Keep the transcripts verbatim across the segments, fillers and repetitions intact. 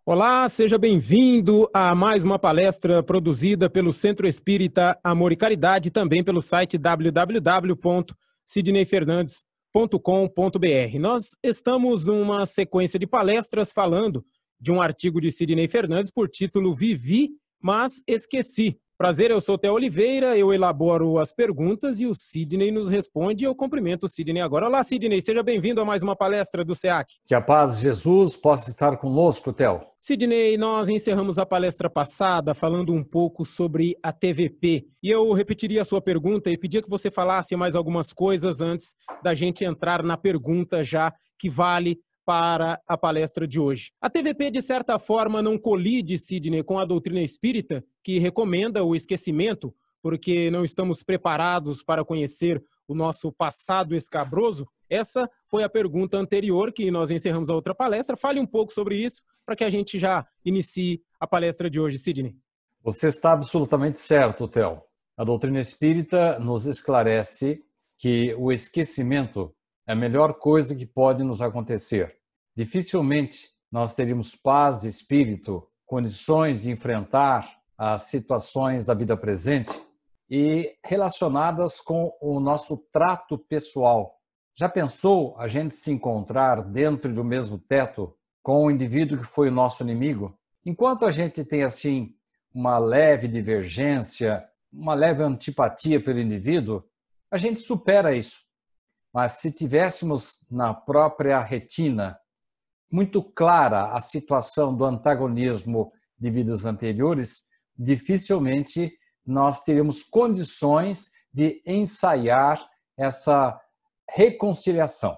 Olá, seja bem-vindo a mais uma palestra produzida pelo Centro Espírita Amor e Caridade e também pelo site w w w ponto sidney fernandes ponto com ponto b r. Nós estamos numa sequência de palestras falando de um artigo de Sidney Fernandes por título Vivi, mas esqueci. Prazer, eu sou Theo Oliveira, eu elaboro as perguntas e o Sidney nos responde e eu cumprimento o Sidney agora. Olá, Sidney, seja bem-vindo a mais uma palestra do SEAC. Que a paz de Jesus possa estar conosco, Theo. Sidney, nós encerramos a palestra passada falando um pouco sobre a T V P e eu repetiria a sua pergunta e pedia que você falasse mais algumas coisas antes da gente entrar na pergunta já que vale para a palestra de hoje. A T V P, de certa forma, não colide, Sidney, com a doutrina espírita, que recomenda o esquecimento, porque não estamos preparados para conhecer o nosso passado escabroso? Essa foi a pergunta anterior que nós encerramos a outra palestra. Fale um pouco sobre isso para que a gente já inicie a palestra de hoje, Sidney. Você está absolutamente certo, Theo. A doutrina espírita nos esclarece que o esquecimento é a melhor coisa que pode nos acontecer. Dificilmente nós teríamos paz de espírito, condições de enfrentar as situações da vida presente e relacionadas com o nosso trato pessoal. Já pensou a gente se encontrar dentro do mesmo teto com o indivíduo que foi o nosso inimigo? Enquanto a gente tem assim uma leve divergência, uma leve antipatia pelo indivíduo, a gente supera isso. Mas se tivéssemos na própria retina muito clara a situação do antagonismo de vidas anteriores, dificilmente nós teríamos condições de ensaiar essa reconciliação.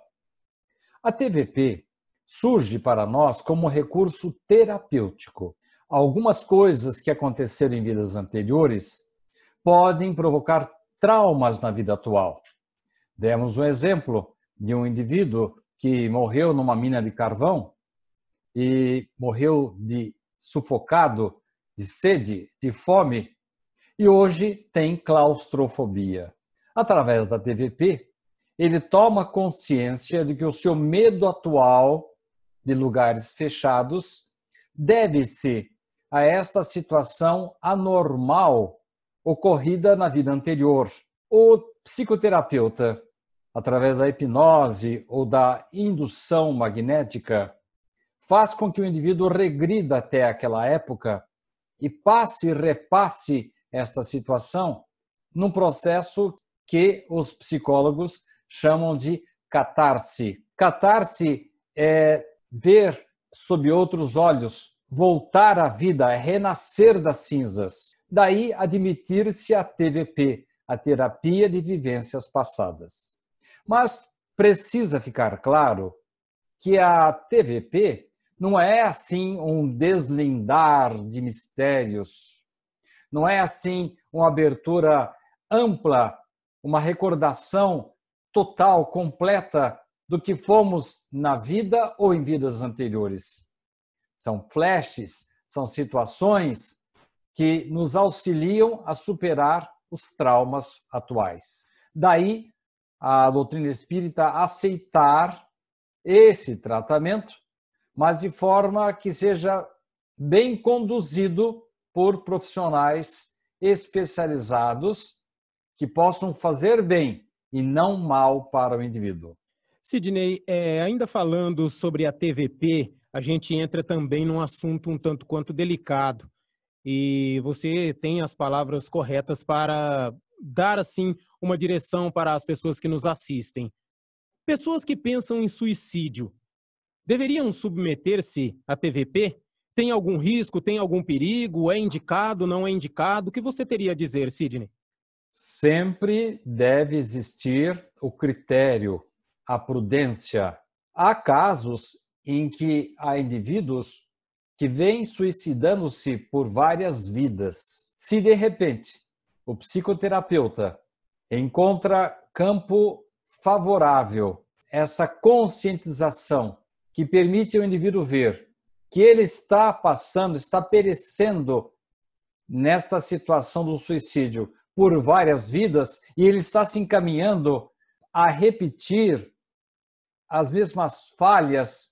A T V P surge para nós como um recurso terapêutico. Algumas coisas que aconteceram em vidas anteriores podem provocar traumas na vida atual. Demos um exemplo de um indivíduo que morreu numa mina de carvão e morreu de sufocado, de sede, de fome, e hoje tem claustrofobia. Através da T V P, ele toma consciência de que o seu medo atual de lugares fechados deve-se a esta situação anormal ocorrida na vida anterior. O psicoterapeuta, através da hipnose ou da indução magnética, faz com que o indivíduo regrida até aquela época e passe e repasse esta situação num processo que os psicólogos chamam de catarse. Catarse é ver sob outros olhos, voltar à vida, é renascer das cinzas. Daí admitir-se a T V P, a terapia de vivências passadas. Mas precisa ficar claro que a T V P não é assim um deslindar de mistérios, não é assim uma abertura ampla, uma recordação total, completa do que fomos na vida ou em vidas anteriores. São flashes, são situações que nos auxiliam a superar os traumas atuais. Daí, a doutrina espírita aceitar esse tratamento, mas de forma que seja bem conduzido por profissionais especializados que possam fazer bem e não mal para o indivíduo. Sidney, é, ainda falando sobre a T V P, a gente entra também num assunto um tanto quanto delicado. E você tem as palavras corretas para dar, assim, uma direção para as pessoas que nos assistem. Pessoas que pensam em suicídio deveriam submeter-se à T V P? Tem algum risco, tem algum perigo? É indicado, não é indicado? O que você teria a dizer, Sidney? Sempre deve existir o critério, a prudência. Há casos em que há indivíduos que vêm suicidando-se por várias vidas. Se de repente o psicoterapeuta encontra campo favorável, essa conscientização que permite ao indivíduo ver que ele está passando, está perecendo nesta situação do suicídio por várias vidas e ele está se encaminhando a repetir as mesmas falhas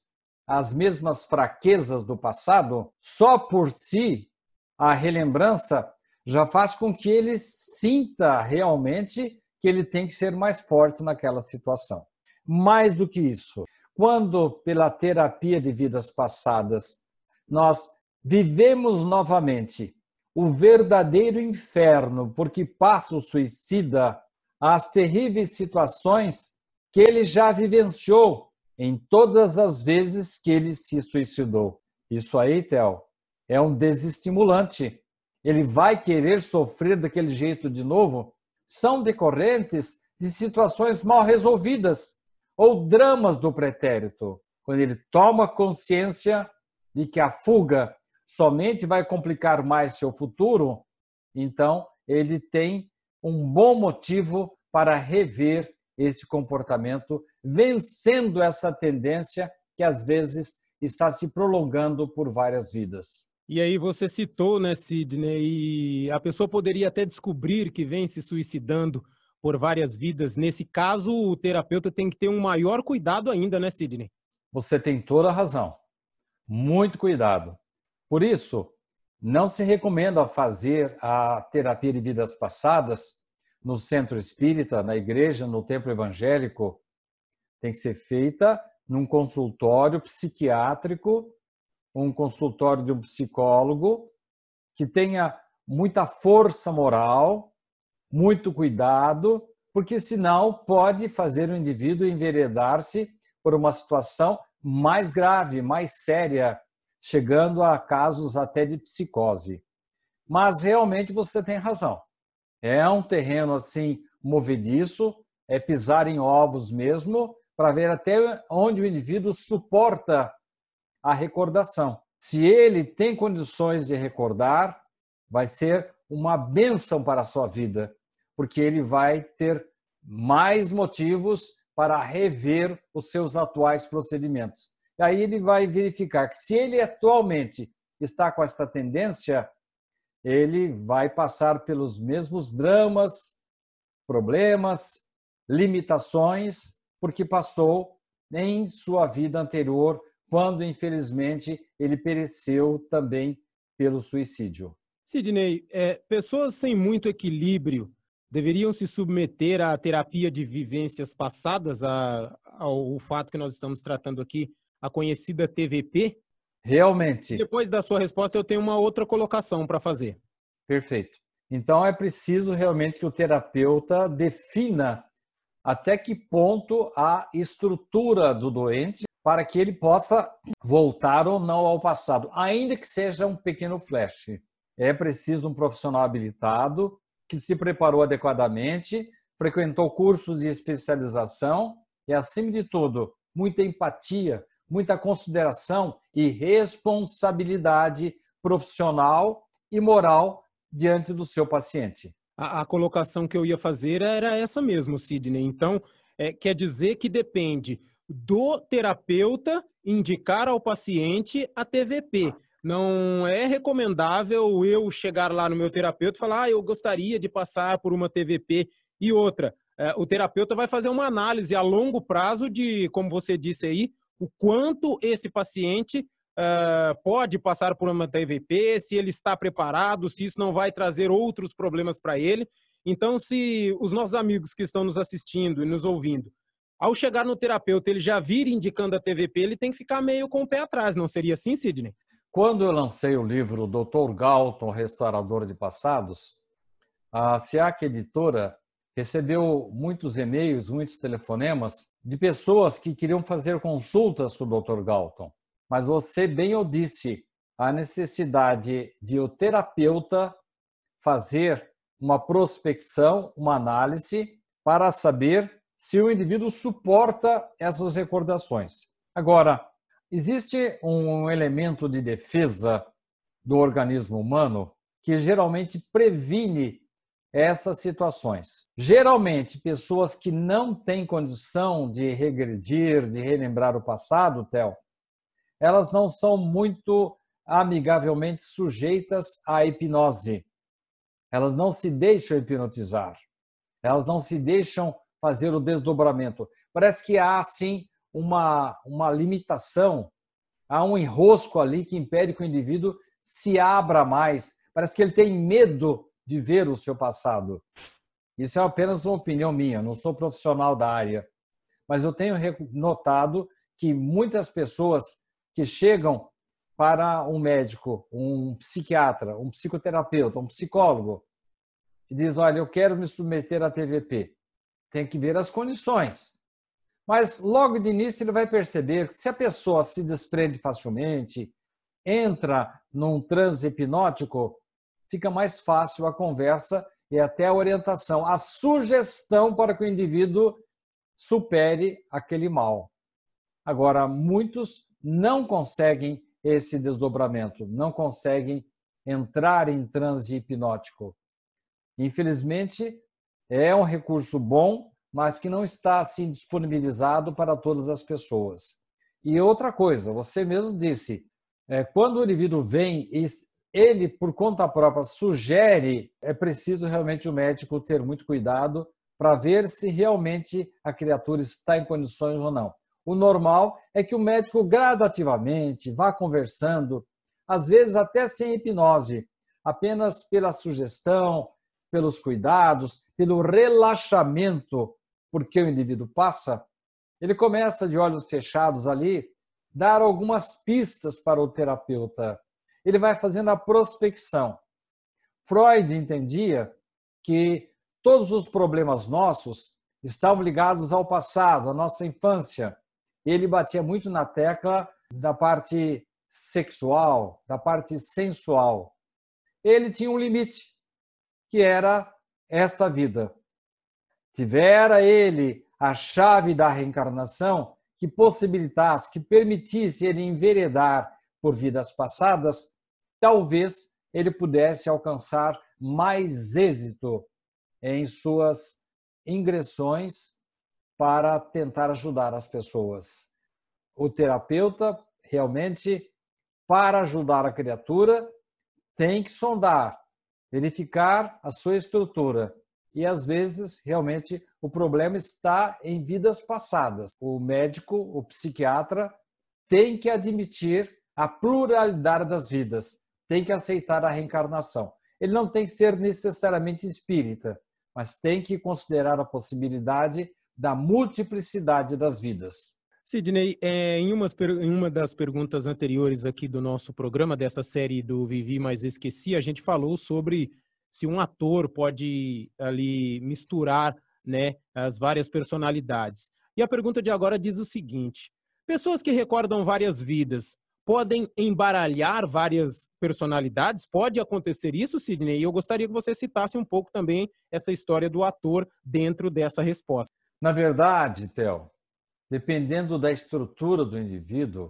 as mesmas fraquezas do passado, só por si, a relembrança já faz com que ele sinta realmente que ele tem que ser mais forte naquela situação. Mais do que isso, quando pela terapia de vidas passadas nós vivemos novamente o verdadeiro inferno, porque passa o suicida as terríveis situações que ele já vivenciou em todas as vezes que ele se suicidou. Isso aí, Theo, é um desestimulante. Ele vai querer sofrer daquele jeito de novo? São decorrentes de situações mal resolvidas ou dramas do pretérito. Quando ele toma consciência de que a fuga somente vai complicar mais seu futuro, então ele tem um bom motivo para rever este comportamento, vencendo essa tendência que às vezes está se prolongando por várias vidas. E aí você citou, né, Sidney, e a pessoa poderia até descobrir que vem se suicidando por várias vidas. Nesse caso, o terapeuta tem que ter um maior cuidado ainda, né, Sidney? Você tem toda a razão. Muito cuidado. Por isso, não se recomenda fazer a terapia de vidas passadas no centro espírita, na igreja, no templo evangélico. Tem que ser feita num consultório psiquiátrico, um consultório de um psicólogo que tenha muita força moral, muito cuidado, porque senão pode fazer o indivíduo enveredar-se por uma situação mais grave, mais séria, chegando a casos até de psicose. Mas realmente você tem razão. É um terreno assim movediço, é pisar em ovos mesmo, para ver até onde o indivíduo suporta a recordação. Se ele tem condições de recordar, vai ser uma bênção para a sua vida, porque ele vai ter mais motivos para rever os seus atuais procedimentos. E aí ele vai verificar que se ele atualmente está com esta tendência, ele vai passar pelos mesmos dramas, problemas, limitações, porque passou em sua vida anterior, quando, infelizmente, ele pereceu também pelo suicídio. Sidney, é, pessoas sem muito equilíbrio deveriam se submeter à terapia de vivências passadas, a, ao fato que nós estamos tratando aqui, a conhecida T V P? Realmente. Depois da sua resposta, eu tenho uma outra colocação para fazer. Perfeito. Então, é preciso realmente que o terapeuta defina até que ponto a estrutura do doente para que ele possa voltar ou não ao passado, ainda que seja um pequeno flash. É preciso um profissional habilitado, que se preparou adequadamente, frequentou cursos de especialização e, acima de tudo, muita empatia, muita consideração e responsabilidade profissional e moral diante do seu paciente. A, a colocação que eu ia fazer era essa mesmo, Sidney. Então, é, quer dizer que depende do terapeuta indicar ao paciente a T V P. Não é recomendável eu chegar lá no meu terapeuta e falar, ah, eu gostaria de passar por uma T V P. E outra, é, o terapeuta vai fazer uma análise a longo prazo de, como você disse aí, o quanto esse paciente uh, pode passar por uma T V P, se ele está preparado, se isso não vai trazer outros problemas para ele. Então, se os nossos amigos que estão nos assistindo e nos ouvindo, ao chegar no terapeuta, ele já vir indicando a T V P, ele tem que ficar meio com o pé atrás, não seria assim, Sidney? Quando eu lancei o livro doutor Galton, Restaurador de Passados, a SEAC Editora recebeu muitos e-mails, muitos telefonemas de pessoas que queriam fazer consultas com o doutor Galton. Mas você bem o disse, a necessidade de o terapeuta fazer uma prospecção, uma análise, para saber se o indivíduo suporta essas recordações. Agora, existe um elemento de defesa do organismo humano que geralmente previne essas situações. Geralmente, pessoas que não têm condição de regredir, de relembrar o passado, Theo, elas não são muito amigavelmente sujeitas à hipnose. Elas não se deixam hipnotizar. Elas não se deixam fazer o desdobramento. Parece que há, sim, uma, uma limitação Há um enrosco ali que impede que o indivíduo se abra mais. Parece que ele tem medo de ver o seu passado. Isso é apenas uma opinião minha, não sou profissional da área. Mas eu tenho notado que muitas pessoas que chegam para um médico, um psiquiatra, um psicoterapeuta, um psicólogo, e diz, olha, eu quero me submeter à T V P. Tem que ver as condições. Mas logo de início ele vai perceber que se a pessoa se desprende facilmente, entra num transe hipnótico, fica mais fácil a conversa e até a orientação, a sugestão para que o indivíduo supere aquele mal. Agora, muitos não conseguem esse desdobramento, não conseguem entrar em transe hipnótico. Infelizmente, é um recurso bom, mas que não está assim disponibilizado para todas as pessoas. E outra coisa, você mesmo disse, é, quando o indivíduo vem e ele, por conta própria, sugere, é preciso realmente o médico ter muito cuidado para ver se realmente a criatura está em condições ou não. O normal é que o médico gradativamente vá conversando, às vezes até sem hipnose, apenas pela sugestão, pelos cuidados, pelo relaxamento porque o indivíduo passa, ele começa de olhos fechados ali, dar algumas pistas para o terapeuta. Ele vai fazendo a prospecção. Freud entendia que todos os problemas nossos estavam ligados ao passado, à nossa infância. Ele batia muito na tecla da parte sexual, da parte sensual. Ele tinha um limite, que era esta vida. Tivera ele a chave da reencarnação que possibilitasse, que permitisse ele enveredar por vidas passadas, talvez ele pudesse alcançar mais êxito em suas ingressões para tentar ajudar as pessoas. O terapeuta, realmente, para ajudar a criatura, tem que sondar, verificar a sua estrutura. E, às vezes, realmente, o problema está em vidas passadas. O médico, o psiquiatra, tem que admitir a pluralidade das vidas, tem que aceitar a reencarnação. Ele não tem que ser necessariamente espírita, mas tem que considerar a possibilidade da multiplicidade das vidas. Sidney, é, em, umas, em uma das perguntas anteriores aqui do nosso programa, dessa série do Vivi, mas Esqueci, a gente falou sobre se um ator pode ali misturar, né, as várias personalidades. E a pergunta de agora diz o seguinte: pessoas que recordam várias vidas podem embaralhar várias personalidades? Pode acontecer isso, Sidney? E eu gostaria que você citasse um pouco também essa história do ator dentro dessa resposta. Na verdade, Theo, dependendo da estrutura do indivíduo,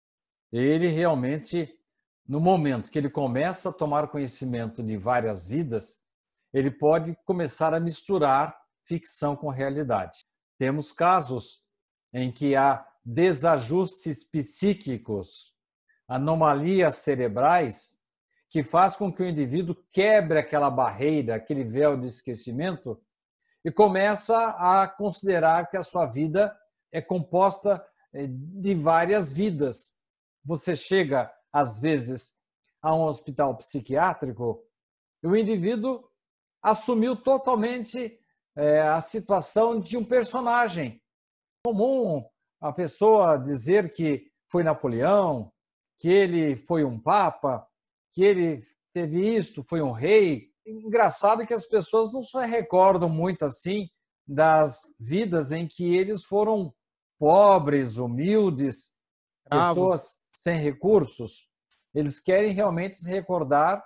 ele realmente, no momento que ele começa a tomar conhecimento de várias vidas, ele pode começar a misturar ficção com realidade. Temos casos em que há desajustes psíquicos, anomalias cerebrais, que faz com que o indivíduo quebre aquela barreira, aquele véu de esquecimento e começa a considerar que a sua vida é composta de várias vidas. Você chega, às vezes, a um hospital psiquiátrico e o indivíduo assumiu totalmente é, a situação de um personagem. É comum a pessoa dizer que foi Napoleão, que ele foi um papa, que ele teve isto, foi um rei. Engraçado que as pessoas não se recordam muito assim das vidas em que eles foram pobres, humildes, pessoas sem recursos. Eles querem realmente se recordar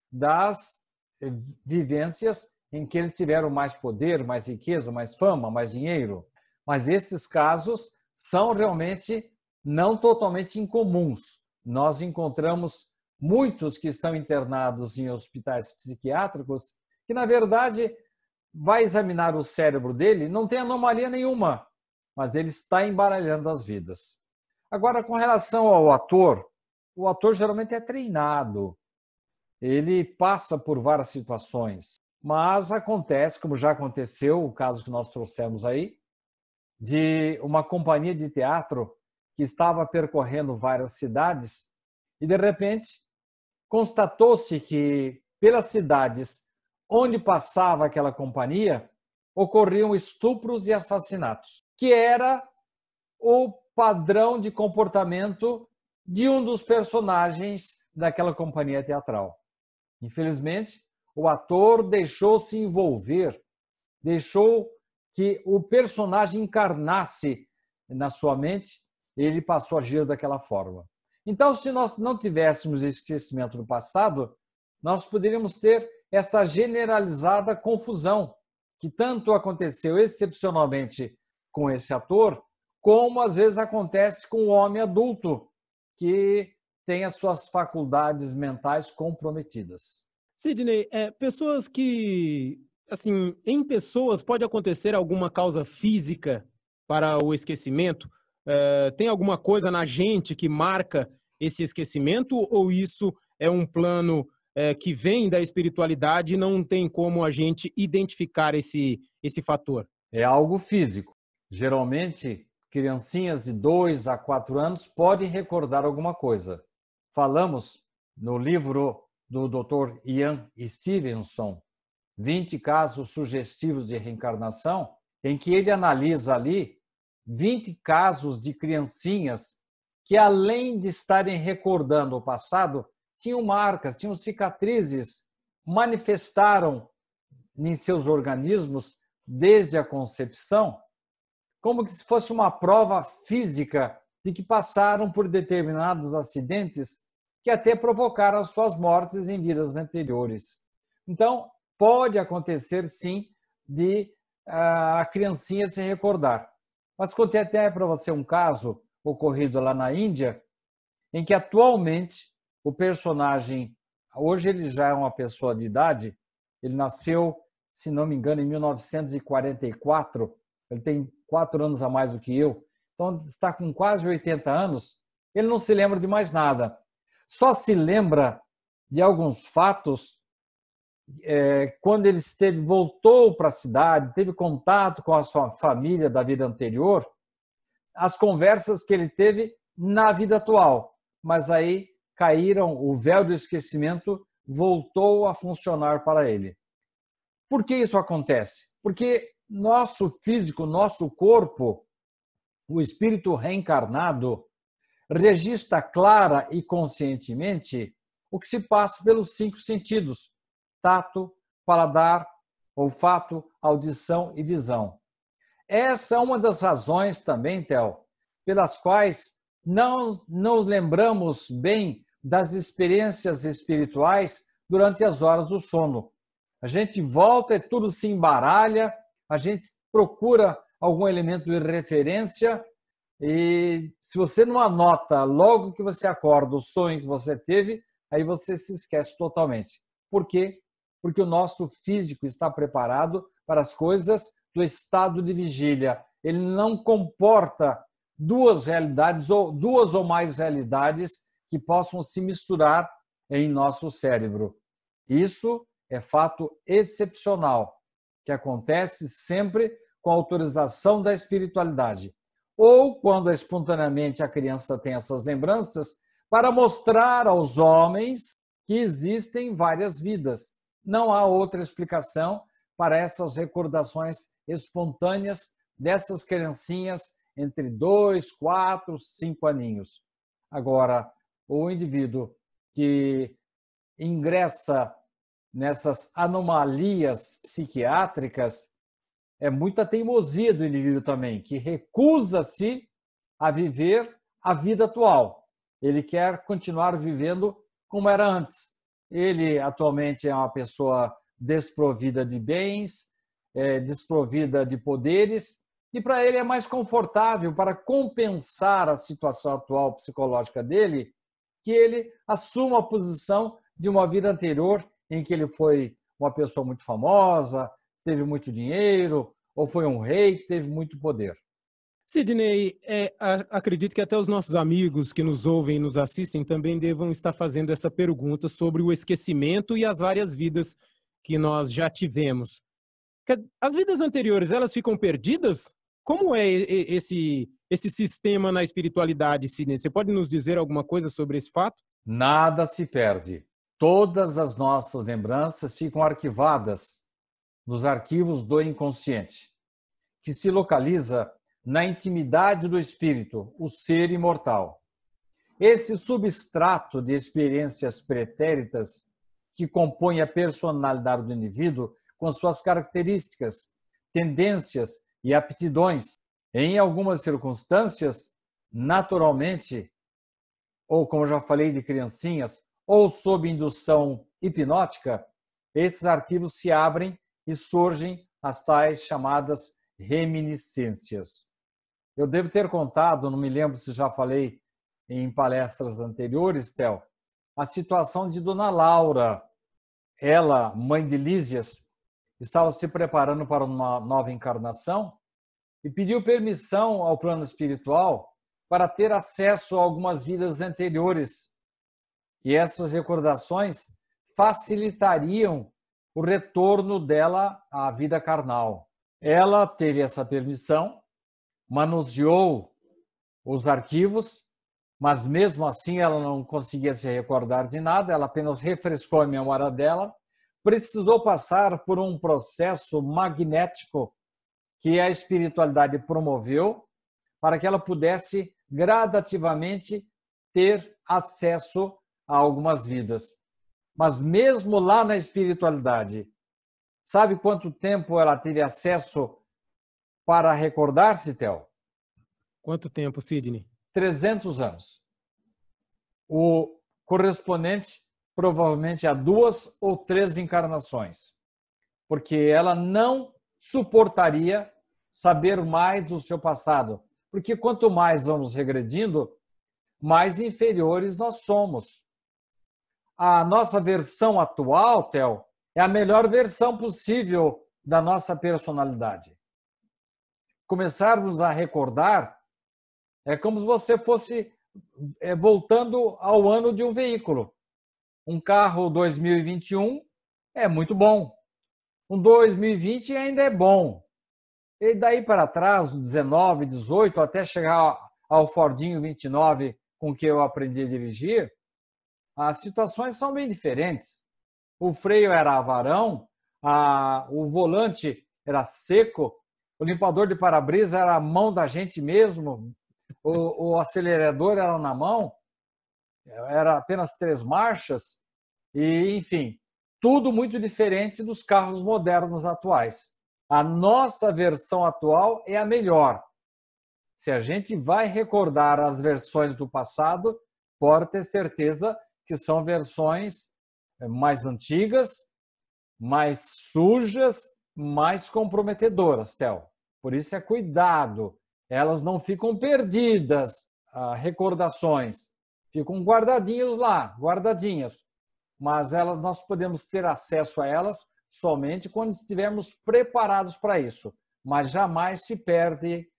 das vivências em que eles tiveram mais poder, mais riqueza, mais fama, mais dinheiro. Mas esses casos são realmente não totalmente incomuns. Nós encontramos muitos que estão internados em hospitais psiquiátricos que, na verdade, vai examinar o cérebro dele, não tem anomalia nenhuma, mas ele está embaralhando as vidas. Agora, com relação ao ator, o ator geralmente é treinado, ele passa por várias situações, mas acontece, como já aconteceu, o caso que nós trouxemos aí, de uma companhia de teatro que estava percorrendo várias cidades e, de repente, constatou-se que, pelas cidades onde passava aquela companhia, ocorriam estupros e assassinatos, que era o padrão de comportamento de um dos personagens daquela companhia teatral. Infelizmente, o ator deixou-se envolver, deixou que o personagem encarnasse na sua mente, ele passou a agir daquela forma. Então, se nós não tivéssemos esquecimento do passado, nós poderíamos ter esta generalizada confusão, que tanto aconteceu excepcionalmente com esse ator, como às vezes acontece com o homem adulto, que tem as suas faculdades mentais comprometidas. Sidney, é, pessoas que, assim, em pessoas pode acontecer alguma causa física para o esquecimento? É, tem alguma coisa na gente que marca esse esquecimento ou isso é um plano é, que vem da espiritualidade e não tem como a gente identificar esse, esse fator? É algo físico. Geralmente, criancinhas de dois a quatro anos podem recordar alguma coisa. Falamos no livro do doutor Ian Stevenson, vinte casos sugestivos de reencarnação, em que ele analisa ali vinte casos de criancinhas que, além de estarem recordando o passado, tinham marcas, tinham cicatrizes, manifestaram em seus organismos desde a concepção, como que se fosse uma prova física de que passaram por determinados acidentes que até provocaram as suas mortes em vidas anteriores. Então, pode acontecer, sim, de a criancinha se recordar. Mas contei até para você um caso ocorrido lá na Índia, em que atualmente o personagem, hoje ele já é uma pessoa de idade, ele nasceu, se não me engano, em mil novecentos e quarenta e quatro, ele tem quatro anos a mais do que eu, então está com quase oitenta anos, ele não se lembra de mais nada. Só se lembra de alguns fatos é, quando ele esteve, voltou para a cidade, teve contato com a sua família da vida anterior, as conversas que ele teve na vida atual. Mas aí caíram, o véu do esquecimento voltou a funcionar para ele. Por que isso acontece? Porque nosso físico, nosso corpo, o espírito reencarnado, registra clara e conscientemente o que se passa pelos cinco sentidos: tato, paladar, olfato, audição e visão. Essa é uma das razões também, Theo, pelas quais não nos lembramos bem das experiências espirituais durante as horas do sono. A gente volta e tudo se embaralha, a gente procura algum elemento de referência e se você não anota logo que você acorda o sonho que você teve, aí você se esquece totalmente. Por quê? Porque o nosso físico está preparado para as coisas do estado de vigília. Ele não comporta duas realidades ou duas ou mais realidades que possam se misturar em nosso cérebro. Isso é fato excepcional, que acontece sempre com a autorização da espiritualidade. Ou quando espontaneamente a criança tem essas lembranças, para mostrar aos homens que existem várias vidas. Não há outra explicação para essas recordações espontâneas dessas criancinhas entre dois, quatro, cinco aninhos. Agora, o indivíduo que ingressa nessas anomalias psiquiátricas, é muita teimosia do indivíduo também, que recusa-se a viver a vida atual. Ele quer continuar vivendo como era antes. Ele atualmente é uma pessoa desprovida de bens, é, desprovida de poderes, e para ele é mais confortável, para compensar a situação atual psicológica dele, que ele assuma a posição de uma vida anterior em que ele foi uma pessoa muito famosa, teve muito dinheiro, ou foi um rei que teve muito poder. Sidney, é, acredito que até os nossos amigos que nos ouvem e nos assistem também devam estar fazendo essa pergunta sobre o esquecimento e as várias vidas que nós já tivemos. As vidas anteriores, elas ficam perdidas? Como é esse, esse sistema na espiritualidade, Sidney? Você pode nos dizer alguma coisa sobre esse fato? Nada se perde. Todas as nossas lembranças ficam arquivadas nos arquivos do inconsciente, que se localiza na intimidade do espírito, o ser imortal. Esse substrato de experiências pretéritas que compõe a personalidade do indivíduo com suas características, tendências e aptidões, em algumas circunstâncias, naturalmente, ou como já falei de criancinhas, ou sob indução hipnótica, esses arquivos se abrem e surgem as tais chamadas reminiscências. Eu devo ter contado, não me lembro se já falei em palestras anteriores, Théo, a situação de Dona Laura. Ela, mãe de Lísias, estava se preparando para uma nova encarnação e pediu permissão ao plano espiritual para ter acesso a algumas vidas anteriores. E essas recordações facilitariam o retorno dela à vida carnal. Ela teve essa permissão, manuseou os arquivos, mas mesmo assim ela não conseguia se recordar de nada, ela apenas refrescou a memória dela, precisou passar por um processo magnético que a espiritualidade promoveu para que ela pudesse gradativamente ter acesso a algumas vidas. Mas mesmo lá na espiritualidade, sabe quanto tempo ela teve acesso para recordar-se, Théo? Quanto tempo, Sidney? trezentos anos. O correspondente provavelmente a duas ou três encarnações, porque ela não suportaria saber mais do seu passado, porque quanto mais vamos regredindo, mais inferiores nós somos. A nossa versão atual, Theo, é a melhor versão possível da nossa personalidade. Começarmos a recordar é como se você fosse voltando ao ano de um veículo. Um carro dois mil e vinte e um é muito bom. Um dois mil e vinte ainda é bom. E daí para trás, do dezenove, dezoito, até chegar ao Fordinho vinte e nove com que eu aprendi a dirigir, as situações são bem diferentes. O freio era avarão, a, o volante era seco, o limpador de para-brisa era a mão da gente mesmo, o, o acelerador era na mão, era apenas três marchas, e enfim, tudo muito diferente dos carros modernos atuais. A nossa versão atual é a melhor. Se a gente vai recordar as versões do passado, pode ter certeza que são versões mais antigas, mais sujas, mais comprometedoras, Theo. Por isso é cuidado. Elas não ficam perdidas, ah, recordações. Ficam guardadinhos lá, guardadinhas. Mas elas, nós podemos ter acesso a elas somente quando estivermos preparados para isso. Mas jamais se perde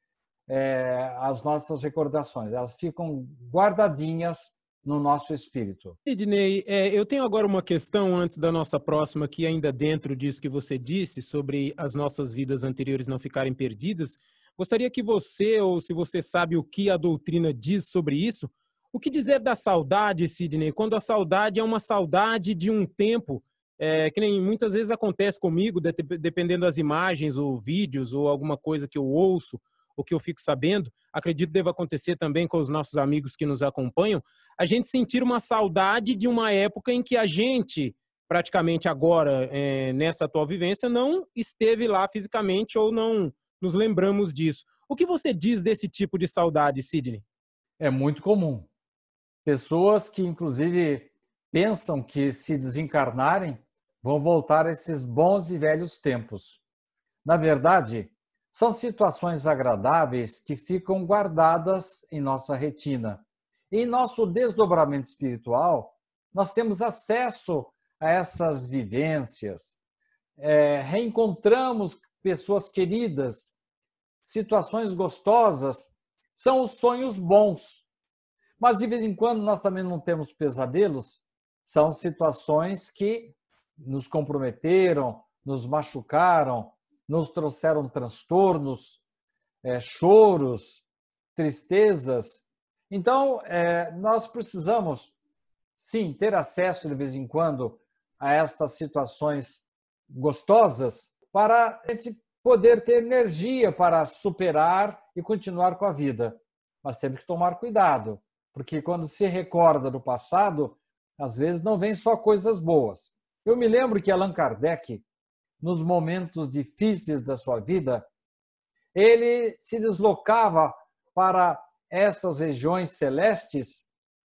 é, as nossas recordações. Elas ficam guardadinhas no nosso espírito. Sidney, é, eu tenho agora uma questão antes da nossa próxima, que ainda dentro disso que você disse, sobre as nossas vidas anteriores não ficarem perdidas. Gostaria que você, ou se você sabe o que a doutrina diz sobre isso, o que dizer da saudade, Sidney, quando a saudade é uma saudade de um tempo, é, que nem muitas vezes acontece comigo, de, dependendo das imagens ou vídeos ou alguma coisa que eu ouço ou que eu fico sabendo, acredito que deva acontecer também com os nossos amigos que nos acompanham, a gente sentir uma saudade de uma época em que a gente, praticamente agora, é, nessa atual vivência, não esteve lá fisicamente ou não nos lembramos disso. O que você diz desse tipo de saudade, Sidney? É muito comum. Pessoas que, inclusive, pensam que se desencarnarem, vão voltar a esses bons e velhos tempos. Na verdade, são situações agradáveis que ficam guardadas em nossa retina. E em nosso desdobramento espiritual, nós temos acesso a essas vivências, é, reencontramos pessoas queridas, situações gostosas, são os sonhos bons. Mas, de vez em quando, nós também não temos pesadelos, são situações que nos comprometeram, nos machucaram, nos trouxeram transtornos, é, choros, tristezas. Então, é, nós precisamos, sim, ter acesso de vez em quando a estas situações gostosas para a gente poder ter energia para superar e continuar com a vida. Mas temos que tomar cuidado, porque quando se recorda do passado, às vezes não vem só coisas boas. Eu me lembro que Allan Kardec, nos momentos difíceis da sua vida, ele se deslocava para essas regiões celestes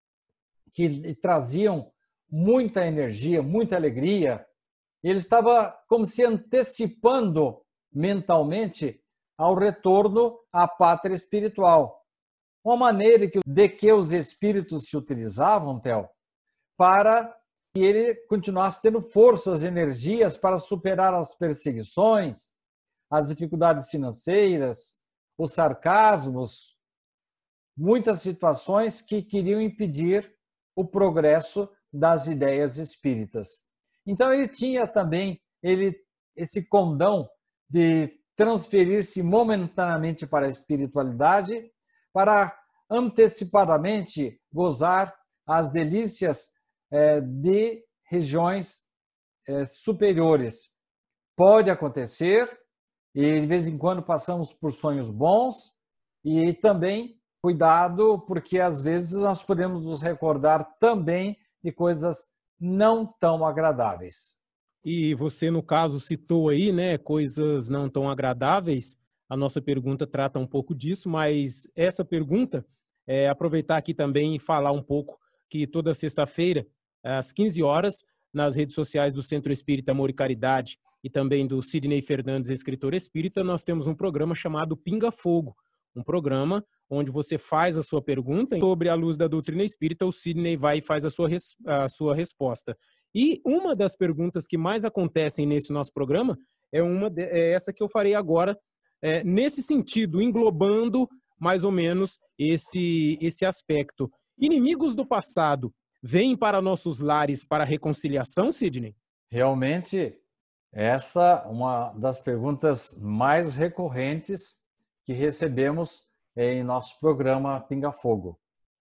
que traziam muita energia, muita alegria. Ele estava como se antecipando mentalmente ao retorno à pátria espiritual. Uma maneira de que os espíritos se utilizavam, Theo, para que ele continuasse tendo forças, energias para superar as perseguições, as dificuldades financeiras, os sarcasmos, muitas situações que queriam impedir o progresso das ideias espíritas. Então ele tinha também ele, esse condão de transferir-se momentaneamente para a espiritualidade, para antecipadamente gozar as delícias eh, de regiões eh, superiores. Pode acontecer, e de vez em quando passamos por sonhos bons, e também cuidado, porque às vezes nós podemos nos recordar também de coisas não tão agradáveis. E você, no caso, citou aí, né, coisas não tão agradáveis. A nossa pergunta trata um pouco disso, mas essa pergunta, é aproveitar aqui também e falar um pouco que toda sexta-feira, às quinze horas, nas redes sociais do Centro Espírita Amor e Caridade e também do Sidney Fernandes, escritor espírita, nós temos um programa chamado Pinga Fogo, um programa onde você faz a sua pergunta sobre a luz da doutrina espírita, o Sidney vai e faz a sua, res, a sua resposta. E uma das perguntas que mais acontecem nesse nosso programa é, uma de, é essa que eu farei agora, é, nesse sentido, englobando mais ou menos esse, esse aspecto. Inimigos do passado vêm para nossos lares para reconciliação, Sidney? Realmente, essa é uma das perguntas mais recorrentes que recebemos em nosso programa Pinga Fogo.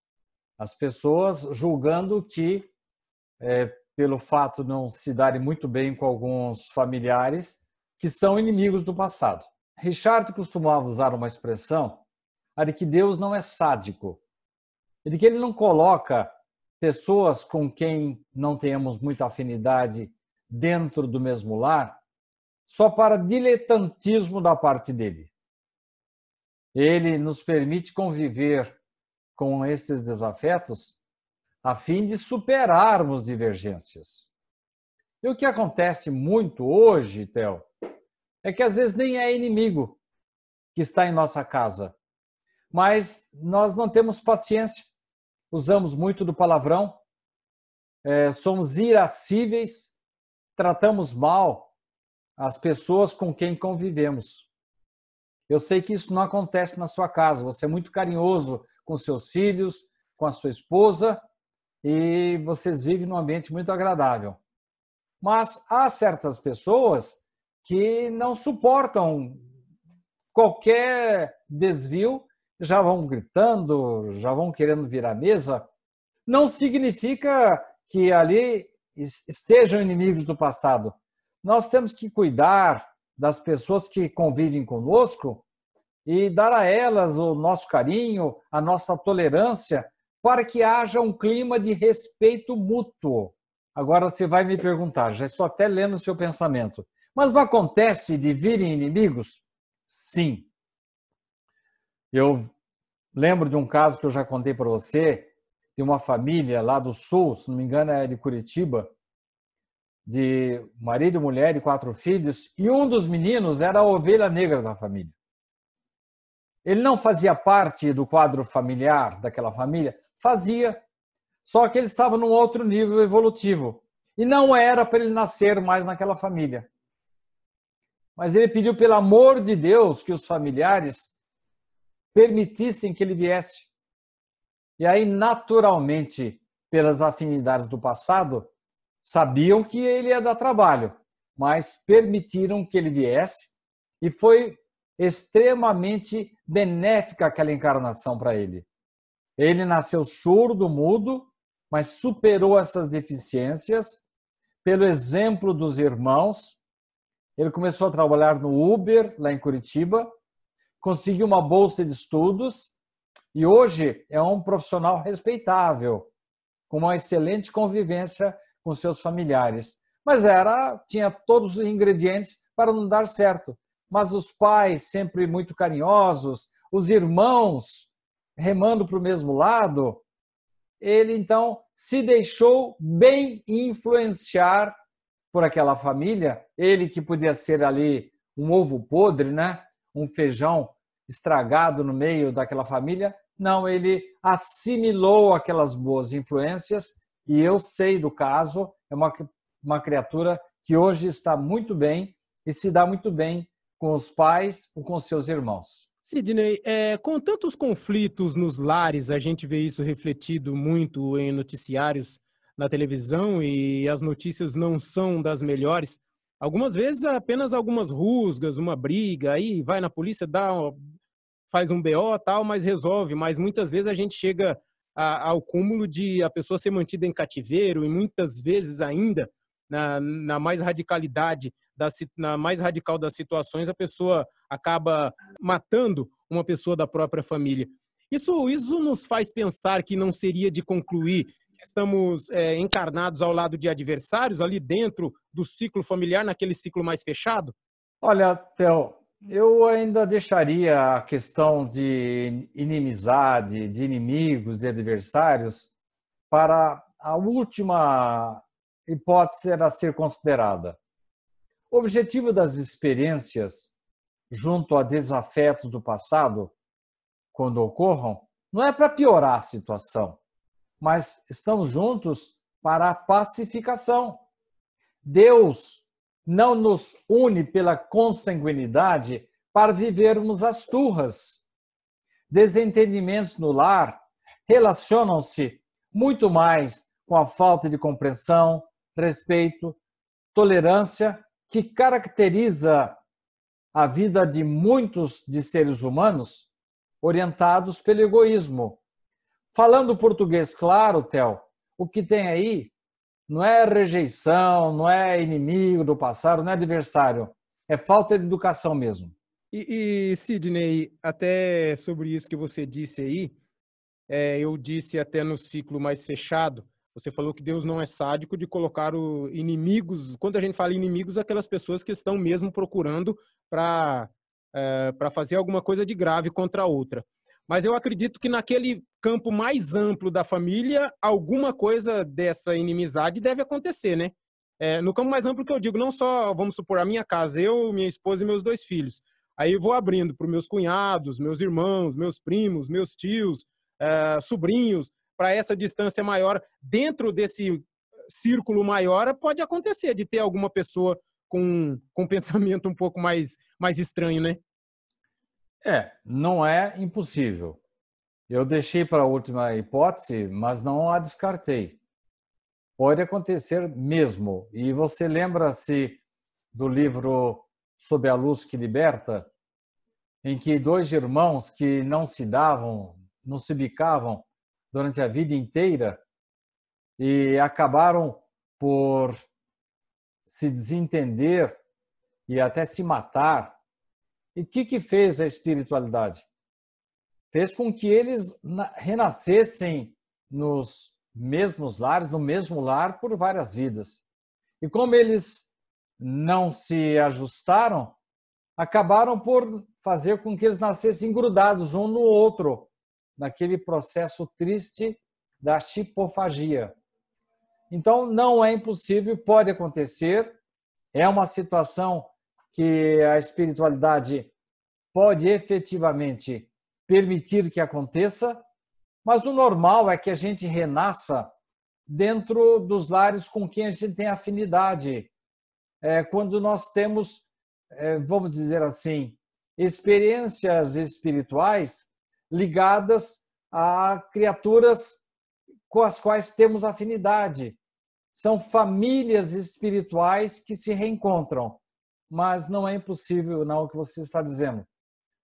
As pessoas julgando que, é, pelo fato de não se darem muito bem com alguns familiares, que são inimigos do passado. Richard costumava usar uma expressão, a de que Deus não é sádico, e de que ele não coloca pessoas com quem não tenhamos muita afinidade dentro do mesmo lar, só para diletantismo da parte dele. Ele nos permite conviver com esses desafetos a fim de superarmos divergências. E o que acontece muito hoje, Theo, é que às vezes nem é inimigo que está em nossa casa, mas nós não temos paciência, usamos muito do palavrão, é, somos irascíveis, tratamos mal as pessoas com quem convivemos. Eu sei que isso não acontece na sua casa, você é muito carinhoso com seus filhos, com a sua esposa, e vocês vivem num ambiente muito agradável. Mas há certas pessoas que não suportam qualquer desvio, já vão gritando, já vão querendo virar a mesa. Não significa que ali estejam inimigos do passado. Nós temos que cuidar das pessoas que convivem conosco e dar a elas o nosso carinho, a nossa tolerância, para que haja um clima de respeito mútuo. Agora você vai me perguntar, já estou até lendo o seu pensamento, mas não acontece de virem inimigos? Sim. Eu lembro de um caso que eu já contei para você, de uma família lá do sul, se não me engano é de Curitiba, de marido, mulher e quatro filhos, e um dos meninos era a ovelha negra da família. Ele não fazia parte do quadro familiar daquela família? Fazia, só que ele estava num outro nível evolutivo, e não era para ele nascer mais naquela família. Mas ele pediu, pelo amor de Deus, que os familiares permitissem que ele viesse. E aí, naturalmente, pelas afinidades do passado, sabiam que ele ia dar trabalho, mas permitiram que ele viesse, e foi extremamente benéfica aquela encarnação para ele. Ele nasceu surdo, mudo, mas superou essas deficiências pelo exemplo dos irmãos. Ele começou a trabalhar no Uber, lá em Curitiba, conseguiu uma bolsa de estudos e hoje é um profissional respeitável, com uma excelente convivência com seus familiares. Mas era, tinha todos os ingredientes para não dar certo. Mas os pais sempre muito carinhosos, os irmãos remando para o mesmo lado, ele então se deixou bem influenciar por aquela família. Ele que podia ser ali um ovo podre, né? Um feijão estragado no meio daquela família. Não, ele assimilou aquelas boas influências e eu sei do caso, é uma, uma criatura que hoje está muito bem e se dá muito bem com os pais ou com seus irmãos. Sidney, é, com tantos conflitos nos lares, a gente vê isso refletido muito em noticiários na televisão e as notícias não são das melhores. Algumas vezes apenas algumas rusgas, uma briga, aí vai na polícia, dá, faz um B O tal, mas resolve. Mas muitas vezes a gente chega a, ao cúmulo de a pessoa ser mantida em cativeiro e muitas vezes ainda, na, na mais radicalidade, da, na mais radical das situações, a pessoa acaba matando uma pessoa da própria família. Isso, isso nos faz pensar que não seria de concluir que estamos é, encarnados ao lado de adversários, ali dentro do ciclo familiar, naquele ciclo mais fechado? Olha, Theo, eu ainda deixaria a questão de inimizade, de inimigos, de adversários, para a última hipótese a ser considerada. O objetivo das experiências junto a desafetos do passado, quando ocorram, não é para piorar a situação, mas estamos juntos para a pacificação. Deus não nos une pela consanguinidade para vivermos as turras. Desentendimentos no lar relacionam-se muito mais com a falta de compreensão, respeito, tolerância que caracteriza a vida de muitos de seres humanos orientados pelo egoísmo. Falando português claro, Theo, o que tem aí não é rejeição, não é inimigo do passado, não é adversário, é falta de educação mesmo. E, e Sidney, até sobre isso que você disse aí, é, eu disse até no ciclo mais fechado, você falou que Deus não é sádico de colocar o inimigos, quando a gente fala inimigos, aquelas pessoas que estão mesmo procurando para é, para fazer alguma coisa de grave contra a outra. Mas eu acredito que naquele campo mais amplo da família, alguma coisa dessa inimizade deve acontecer, né? É, no campo mais amplo que eu digo, não só, vamos supor, a minha casa, eu, minha esposa e meus dois filhos. Aí eu vou abrindo para os meus cunhados, meus irmãos, meus primos, meus tios, é, sobrinhos, para essa distância maior. Dentro desse círculo maior, pode acontecer de ter alguma pessoa com, com um pensamento um pouco mais, mais estranho, né? É, não é impossível. Eu deixei para a última hipótese, mas não a descartei. Pode acontecer mesmo. E você lembra-se do livro Sob a Luz que Liberta, em que dois irmãos que não se davam, não se bicavam durante a vida inteira e acabaram por se desentender e até se matar. E o que, que fez a espiritualidade? Fez com que eles renascessem nos mesmos lares, no mesmo lar, por várias vidas. E como eles não se ajustaram, acabaram por fazer com que eles nascessem grudados um no outro, naquele processo triste da chipofagia. Então, não é impossível, pode acontecer, é uma situação que a espiritualidade pode efetivamente permitir que aconteça, mas o normal é que a gente renasça dentro dos lares com quem a gente tem afinidade. É, quando nós temos, é, vamos dizer assim, experiências espirituais ligadas a criaturas com as quais temos afinidade. São famílias espirituais que se reencontram. Mas não é impossível, não, o que você está dizendo.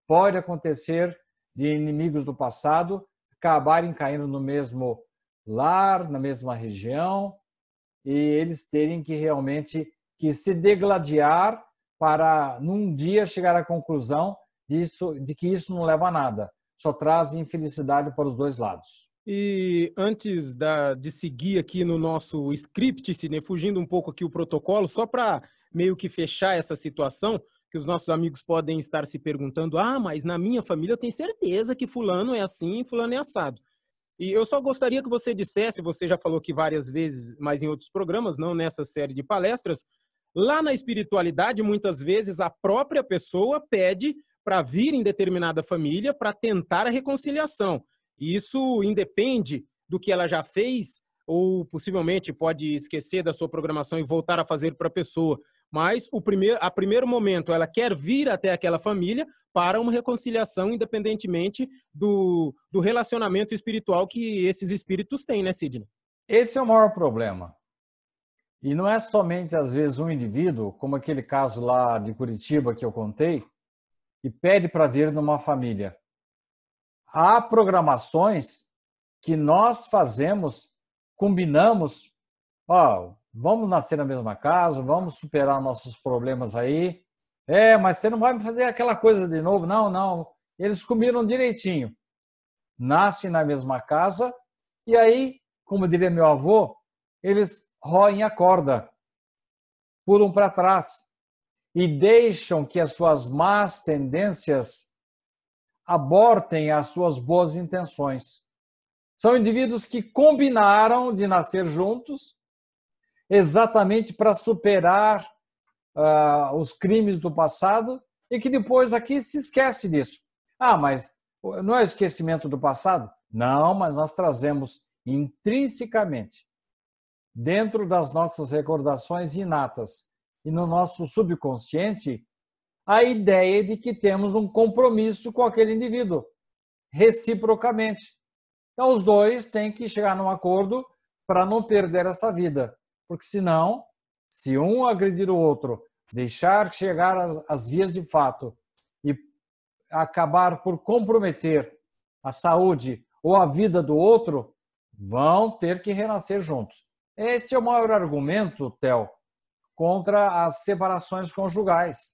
pode acontecer de inimigos do passado acabarem caindo no mesmo lar, na mesma região, e eles terem que realmente que se degladiar para, num dia, chegar à conclusão disso, de que isso não leva a nada, só traz infelicidade para os dois lados. E antes da, de seguir aqui no nosso script, Sidney, fugindo um pouco aqui o protocolo, só para meio que fechar essa situação, que os nossos amigos podem estar se perguntando, ah, mas na minha família eu tenho certeza que fulano é assim, fulano é assado. E eu só gostaria que você dissesse, você já falou aqui várias vezes, mas em outros programas, não nessa série de palestras, lá na espiritualidade, muitas vezes a própria pessoa pede para vir em determinada família para tentar a reconciliação. E isso independe do que ela já fez, ou possivelmente pode esquecer da sua programação e voltar a fazer para a pessoa. Mas o primeiro, a primeiro momento ela quer vir até aquela família para uma reconciliação, independentemente do, do relacionamento espiritual que esses espíritos têm, né, Sidney? Esse é o maior problema. E não é somente, às vezes, um indivíduo, como aquele caso lá de Curitiba que eu contei, que pede para vir numa família. Há programações que nós fazemos, combinamos, ó, vamos nascer na mesma casa, vamos superar nossos problemas aí. É, mas você não vai me fazer aquela coisa de novo. Não, não. Eles combinam direitinho. Nascem na mesma casa e aí, como diria meu avô, eles roem a corda, pulam para trás e deixam que as suas más tendências abortem as suas boas intenções. São indivíduos que combinaram de nascer juntos exatamente para superar uh, os crimes do passado e que depois aqui se esquece disso. Ah, mas não é o esquecimento do passado? Não, mas nós trazemos intrinsecamente, dentro das nossas recordações inatas e no nosso subconsciente, a ideia de que temos um compromisso com aquele indivíduo, reciprocamente. Então, os dois têm que chegar num acordo para não perder essa vida, porque senão, se um agredir o outro, deixar chegar às, às vias de fato e acabar por comprometer a saúde ou a vida do outro, vão ter que renascer juntos. Este é o maior argumento, Theo, contra as separações conjugais.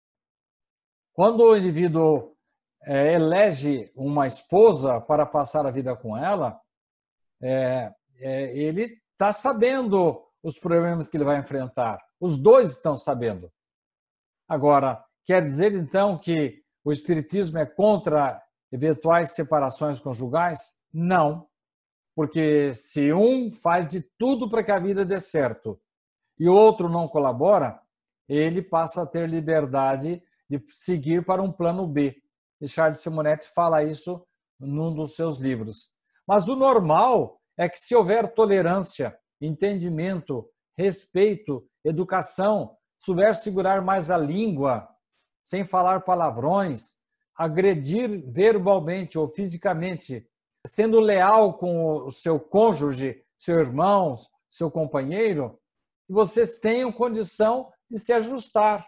Quando o indivíduo é, elege uma esposa para passar a vida com ela, é, é, ele está sabendo os problemas que ele vai enfrentar. Os dois estão sabendo. Agora, quer dizer então que o espiritismo é contra eventuais separações conjugais? Não. Porque se um faz de tudo para que a vida dê certo e o outro não colabora, ele passa a ter liberdade de seguir para um plano B. Richard Simonetti fala isso num dos seus livros. Mas o normal é que, se houver tolerância, entendimento, respeito, educação, souber segurar mais a língua, sem falar palavrões, agredir verbalmente ou fisicamente, sendo leal com o seu cônjuge, seu irmão, seu companheiro, vocês tenham condição de se ajustar.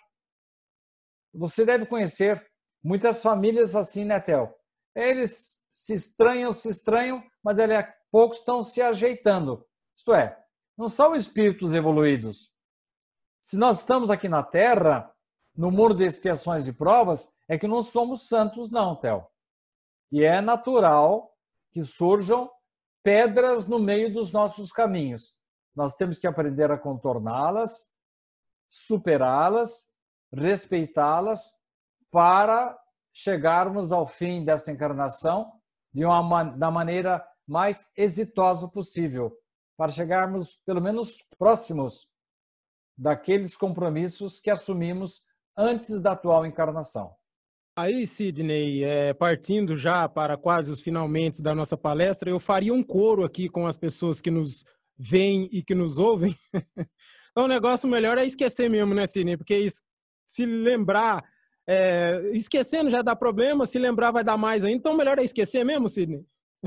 Você deve conhecer muitas famílias assim, né, Theo? Eles se estranham, se estranham, mas dali a pouco estão se ajeitando. Isto é, não são espíritos evoluídos. Se nós estamos aqui na Terra, no muro de expiações e provas, é que não somos santos, não, Theo. E é natural que surjam pedras no meio dos nossos caminhos. Nós temos que aprender a contorná-las, superá-las, respeitá-las para chegarmos ao fim desta encarnação de uma, da maneira mais exitosa possível, para chegarmos pelo menos próximos daqueles compromissos que assumimos antes da atual encarnação. Aí, Sidney, é, partindo já para quase os finalmente da nossa palestra, eu faria um coro aqui com as pessoas que nos veem e que nos ouvem. Então, o negócio melhor é esquecer mesmo, né, Sidney? Porque se lembrar, é, esquecendo já dá problema, se lembrar vai dar mais ainda. Então, melhor é esquecer mesmo, Sidney?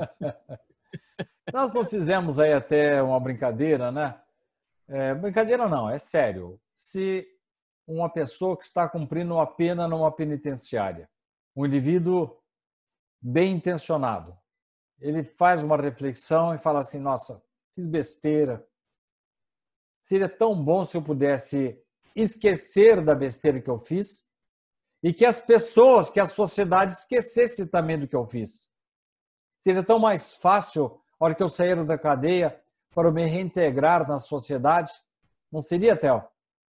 Nós não fizemos aí até uma brincadeira, né? É, brincadeira não, é sério. Se uma pessoa que está cumprindo uma pena numa penitenciária um indivíduo bem intencionado. Ele faz uma reflexão e fala assim, nossa, fiz besteira. Seria tão bom se eu pudesse esquecer da besteira que eu fiz e que as pessoas, que a sociedade esquecesse também do que eu fiz. Seria tão mais fácil, a hora que eu sair da cadeia, para eu me reintegrar na sociedade. Não seria, Theo?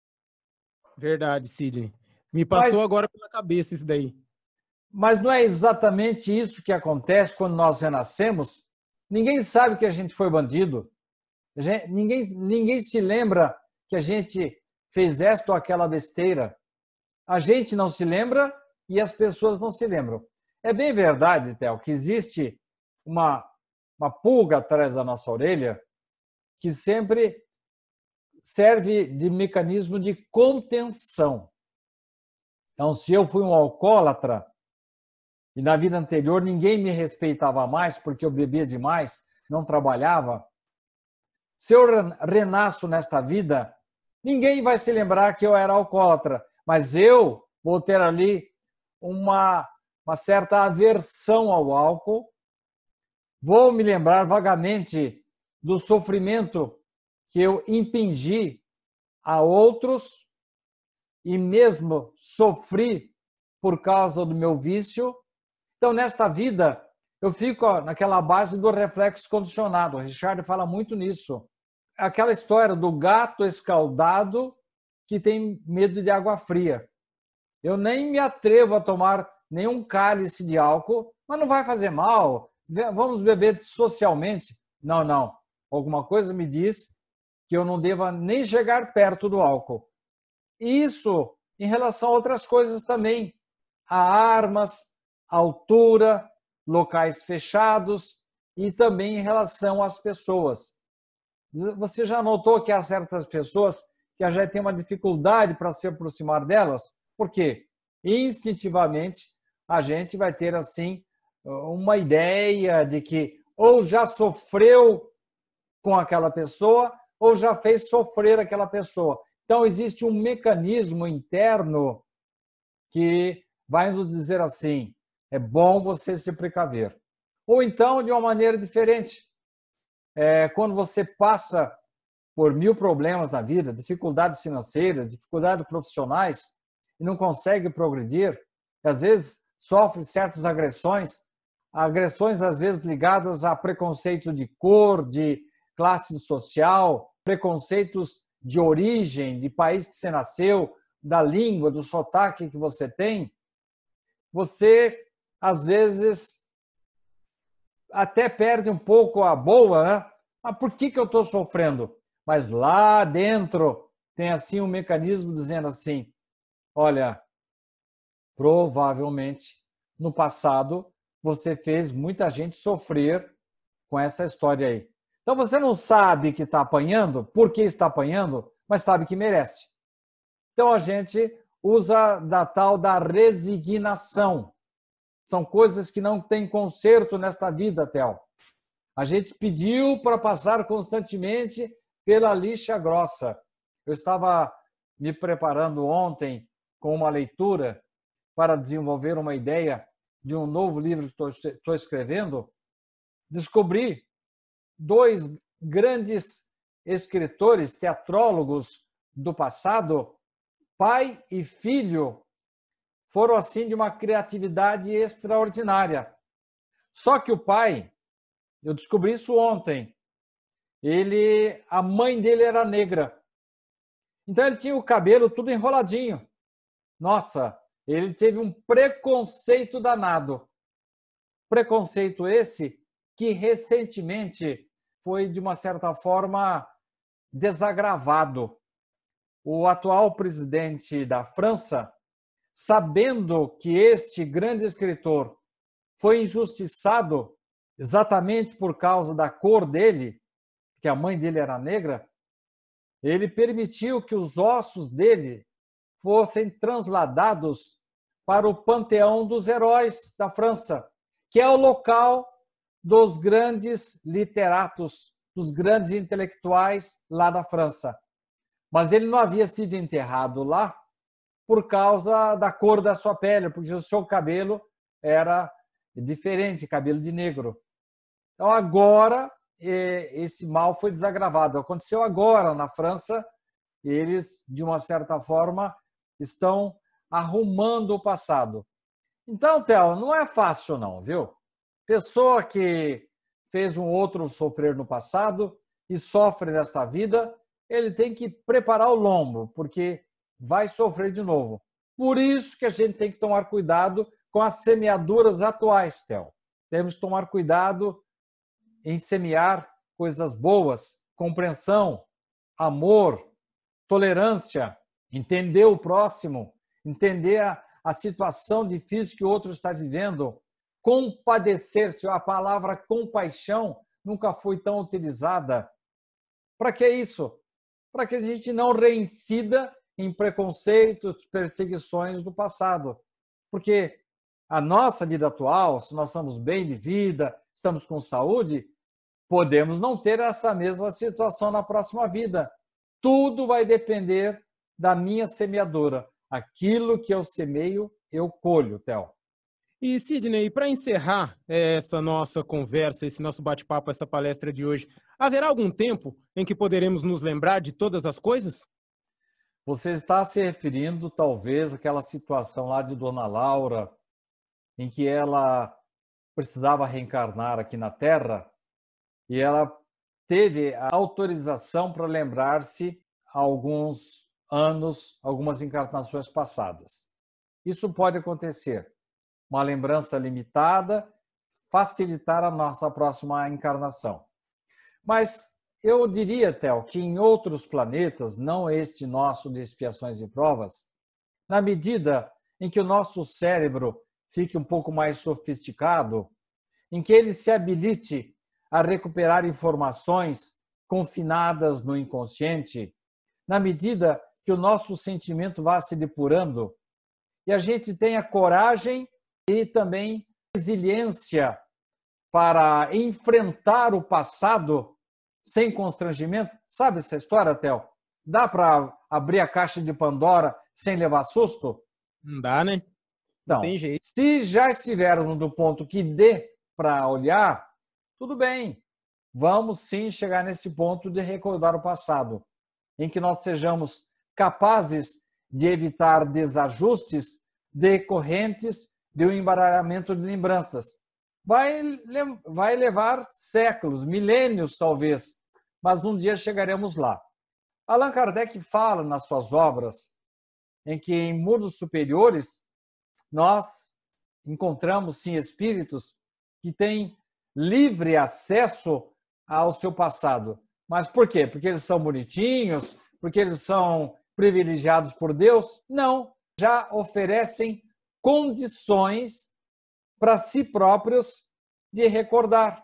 Verdade, Sidney. Me passou Mas, agora pela cabeça isso daí. mas não é exatamente isso que acontece quando nós renascemos? Ninguém sabe que a gente foi bandido. A gente, ninguém, ninguém se lembra que a gente fez esta ou aquela besteira. A gente não se lembra e as pessoas não se lembram. É bem verdade, Theo, que existe uma, uma pulga atrás da nossa orelha que sempre serve de mecanismo de contenção. Então, se eu fui um alcoólatra e na vida anterior ninguém me respeitava mais porque eu bebia demais, não trabalhava, se eu renasço nesta vida, ninguém vai se lembrar que eu era alcoólatra, mas eu vou ter ali uma, uma certa aversão ao álcool, vou me lembrar vagamente do sofrimento que eu impingi a outros e mesmo sofri por causa do meu vício. Então, nesta vida, eu fico naquela base do reflexo condicionado. O Richard fala muito nisso. Aquela história do gato escaldado que tem medo de água fria. Eu nem me atrevo a tomar nenhum cálice de álcool, mas não vai fazer mal. Vamos beber socialmente. Não, não. Alguma coisa me diz que eu não deva nem chegar perto do álcool. Isso em relação a outras coisas também. A armas, altura, locais fechados e também em relação às pessoas. Você já notou que há certas pessoas que já têm uma dificuldade para se aproximar delas? Por quê? Instintivamente, a gente vai ter assim uma ideia de que ou já sofreu com aquela pessoa ou já fez sofrer aquela pessoa. Então, existe um mecanismo interno que vai nos dizer assim, é bom você se precaver. Ou então, de uma maneira diferente, é, quando você passa por mil problemas na vida, dificuldades financeiras, dificuldades profissionais, e não consegue progredir, às vezes sofre certas agressões, agressões às vezes ligadas a preconceito de cor, de classe social, preconceitos de origem, de país que você nasceu, da língua, do sotaque que você tem, você, às vezes, até perde um pouco a boa, né? Mas por que que eu estou sofrendo? Mas lá dentro tem assim um mecanismo dizendo assim, olha, provavelmente no passado você fez muita gente sofrer com essa história aí. Então você não sabe que está apanhando, por que está apanhando, mas sabe que merece. Então a gente usa da tal da resignação. São coisas que não têm conserto nesta vida, Theo. A gente pediu para passar constantemente pela lixa grossa. Eu estava me preparando ontem com uma leitura para desenvolver uma ideia de um novo livro que estou escrevendo. Descobri dois grandes escritores, teatrólogos do passado, pai e filho, foram assim de uma criatividade extraordinária. Só que o pai, eu descobri isso ontem, ele, a mãe dele era negra. Então ele tinha o cabelo tudo enroladinho. Nossa, ele teve um preconceito danado. Preconceito esse que recentemente foi, de uma certa forma, desagravado. O atual presidente da França, sabendo que este grande escritor foi injustiçado exatamente por causa da cor dele, que a mãe dele era negra, ele permitiu que os ossos dele fossem transladados para o Panteão dos Heróis da França, que é o local dos grandes literatos, dos grandes intelectuais lá da França. Mas ele não havia sido enterrado lá por causa da cor da sua pele, porque o seu cabelo era diferente, cabelo de negro. Então, agora, esse mal foi desagravado. Aconteceu agora na França, eles, de uma certa forma, estão arrumando o passado. Então, Theo, não é fácil não, viu? Pessoa que fez um outro sofrer no passado e sofre nesta vida, ele tem que preparar o lombo, porque vai sofrer de novo. Por isso que a gente tem que tomar cuidado com as semeaduras atuais, Theo. Temos que tomar cuidado em semear coisas boas, compreensão, amor, tolerância, entender o próximo, entender a, a situação difícil que o outro está vivendo, compadecer-se. A palavra compaixão nunca foi tão utilizada. Para que isso? Para que a gente não reincida em preconceitos, perseguições do passado. Porque a nossa vida atual, se nós estamos bem de vida, estamos com saúde, podemos não ter essa mesma situação na próxima vida. Tudo vai depender da minha semeadura. Aquilo que eu semeio, eu colho, Theo. E, Sidney, para encerrar essa nossa conversa, esse nosso bate-papo, essa palestra de hoje, haverá algum tempo em que poderemos nos lembrar de todas as coisas? Você está se referindo, talvez, àquela situação lá de Dona Laura, em que ela precisava reencarnar aqui na Terra e ela teve a autorização para lembrar-se alguns anos, algumas encarnações passadas. Isso pode acontecer. Uma lembrança limitada, facilitar a nossa próxima encarnação. Mas eu diria, Theo, que em outros planetas, não este nosso de expiações e provas, na medida em que o nosso cérebro fique um pouco mais sofisticado, em que ele se habilite a recuperar informações confinadas no inconsciente, na medida que o nosso sentimento vá se depurando e a gente tenha coragem e também resiliência para enfrentar o passado sem constrangimento. Sabe essa história, Theo? Dá para abrir a caixa de Pandora sem levar susto? Não dá, né? Não Então, tem jeito. se já estivermos no ponto que dê para olhar, tudo bem. Vamos sim chegar nesse ponto de recordar o passado, em que nós sejamos capazes de evitar desajustes decorrentes de um embaralhamento de lembranças. Vai, vai levar séculos, milênios talvez, mas um dia chegaremos lá. Allan Kardec fala nas suas obras em que em mundos superiores nós encontramos sim espíritos que têm livre acesso ao seu passado. Mas por quê? Porque eles são bonitinhos? Porque eles são privilegiados por Deus? Não, já oferecem condições para si próprios de recordar.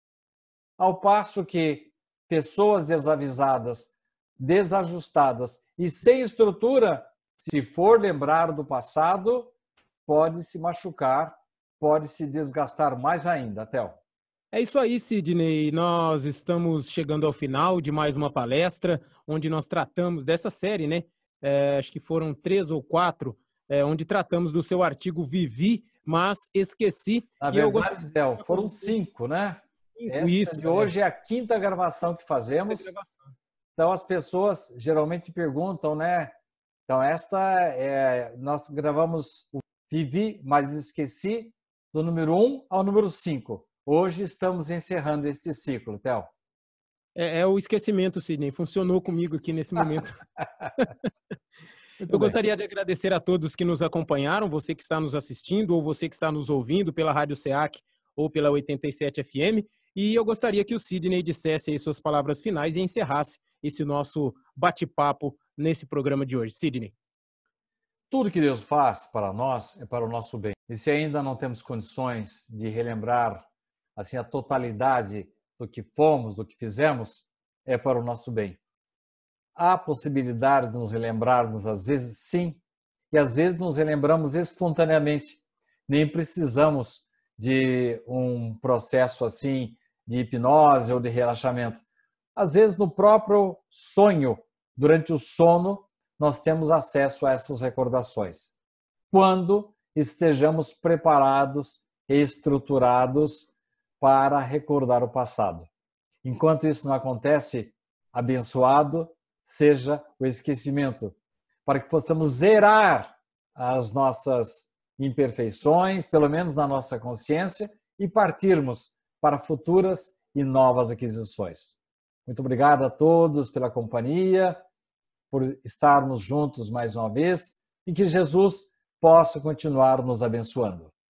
Ao passo que pessoas desavisadas, desajustadas e sem estrutura, se for lembrar do passado, pode se machucar, pode se desgastar mais ainda, Theo. É isso aí, Sidney. Nós estamos chegando ao final de mais uma palestra, onde nós tratamos dessa série, né? É, acho que foram três ou quatro, é, onde tratamos do seu artigo Vivi, mas esqueci. Na e eu verdade, gost... Theo, foram cinco, né? Cinco, Essa isso, de hoje é a quinta gravação que fazemos. Então, as pessoas geralmente perguntam, né? Então, esta é... Nós gravamos o Vivi, mas esqueci, do número um ao número cinco. Hoje estamos encerrando este ciclo, Theo. É, é o esquecimento, Sidney. Funcionou comigo aqui nesse momento. Eu gostaria de agradecer a todos que nos acompanharam, você que está nos assistindo ou você que está nos ouvindo pela Rádio SEAC ou pela oitenta e sete F M. E eu gostaria que o Sidney dissesse aí suas palavras finais e encerrasse esse nosso bate-papo nesse programa de hoje. Sidney. Tudo que Deus faz para nós é para o nosso bem. E se ainda não temos condições de relembrar assim a totalidade do que fomos, do que fizemos, é para o nosso bem. Há possibilidade de nos relembrarmos, às vezes, sim, e às vezes nos relembramos espontaneamente. Nem precisamos de um processo assim de hipnose ou de relaxamento. Às vezes, no próprio sonho, durante o sono, nós temos acesso a essas recordações. Quando estejamos preparados e estruturados para recordar o passado. Enquanto isso não acontece, abençoado seja o esquecimento, para que possamos zerar as nossas imperfeições, pelo menos na nossa consciência, e partirmos para futuras e novas aquisições. Muito obrigado a todos pela companhia, por estarmos juntos mais uma vez, e que Jesus possa continuar nos abençoando.